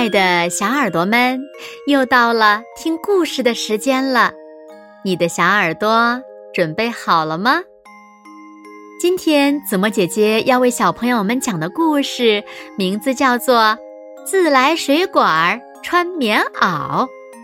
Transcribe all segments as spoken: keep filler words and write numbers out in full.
爱的小耳朵们，又到了听故事的时间了。你的小耳朵准备好了吗？今天子墨姐姐要为小朋友们讲的故事名字叫做《自来水管穿棉袄》。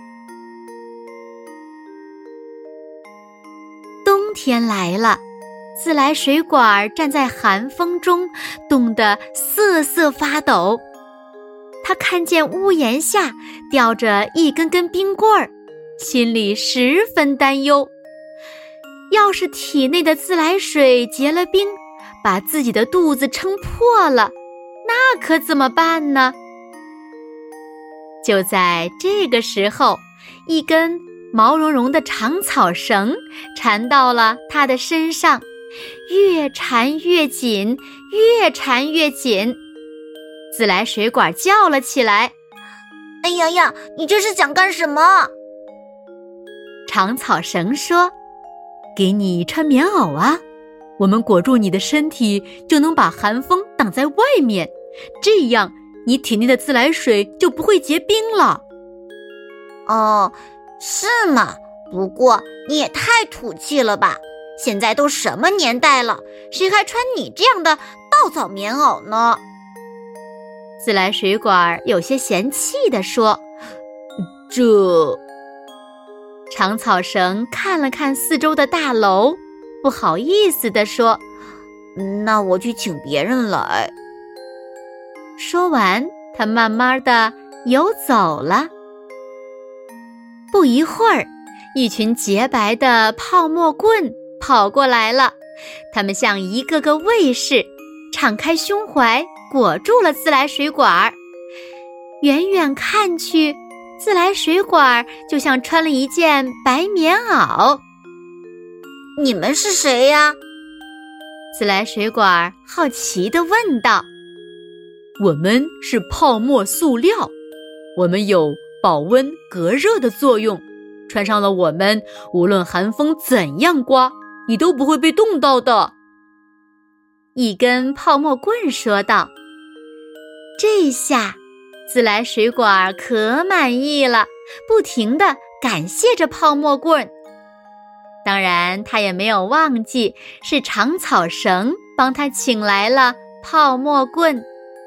冬天来了，自来水管站在寒风中，冻得瑟瑟发抖。他看见屋檐下吊着一根根冰棍儿，心里十分担忧。要是体内的自来水结了冰，把自己的肚子撑破了，那可怎么办呢？就在这个时候，一根毛茸茸的长草绳缠到了他的身上，越缠越紧，越缠越紧。自来水管叫了起来： 哎呀呀，你这是想干什么？ 长草绳说：给你穿棉袄啊，我们裹住你的身体，就能把寒风挡在外面，这样你体内的自来水就不会结冰了。 哦，是吗？不过你也太土气了吧，现在都什么年代了，谁还穿你这样的稻草棉袄呢？ 自来水管有些嫌弃地说：这……长草绳看了看四周的大楼，不好意思地说： 那我去请别人来。 说完，他慢慢地游走了。不一会儿，一群洁白的泡沫棍跑过来了，他们像一个个卫士，敞开胸怀裹住了自来水管。远远看去，自来水管就像穿了一件白棉袄。 你们是谁呀？ 自来水管好奇地问道。我们是泡沫塑料，我们有保温隔热的作用，穿上了我们，无论寒风怎样刮，你都不会被冻到的。一根泡沫棍说道。这下自来水管可满意了，不停地感谢着泡沫棍。当然，他也没有忘记是长草绳帮他请来了泡沫棍。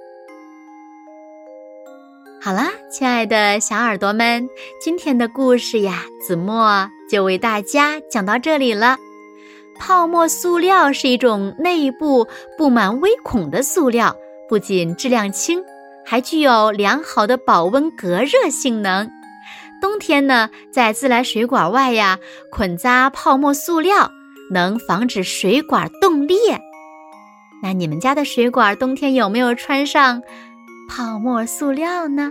好啦，亲爱的小耳朵们，今天的故事呀，子墨就为大家讲到这里了。泡沫塑料是一种内部布满微孔的塑料，不仅质量轻，还具有良好的保温隔热性能。冬天呢，在自来水管外呀，捆扎泡沫塑料，能防止水管冻裂。那你们家的水管冬天有没有穿上泡沫塑料呢？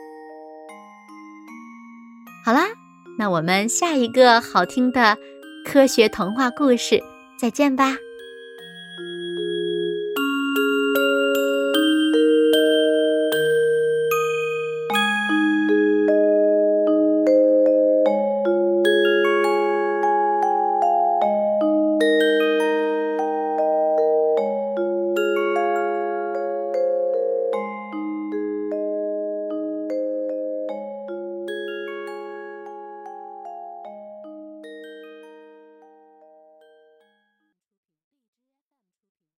好啦，那我们下一个好听的科学童话故事再见吧。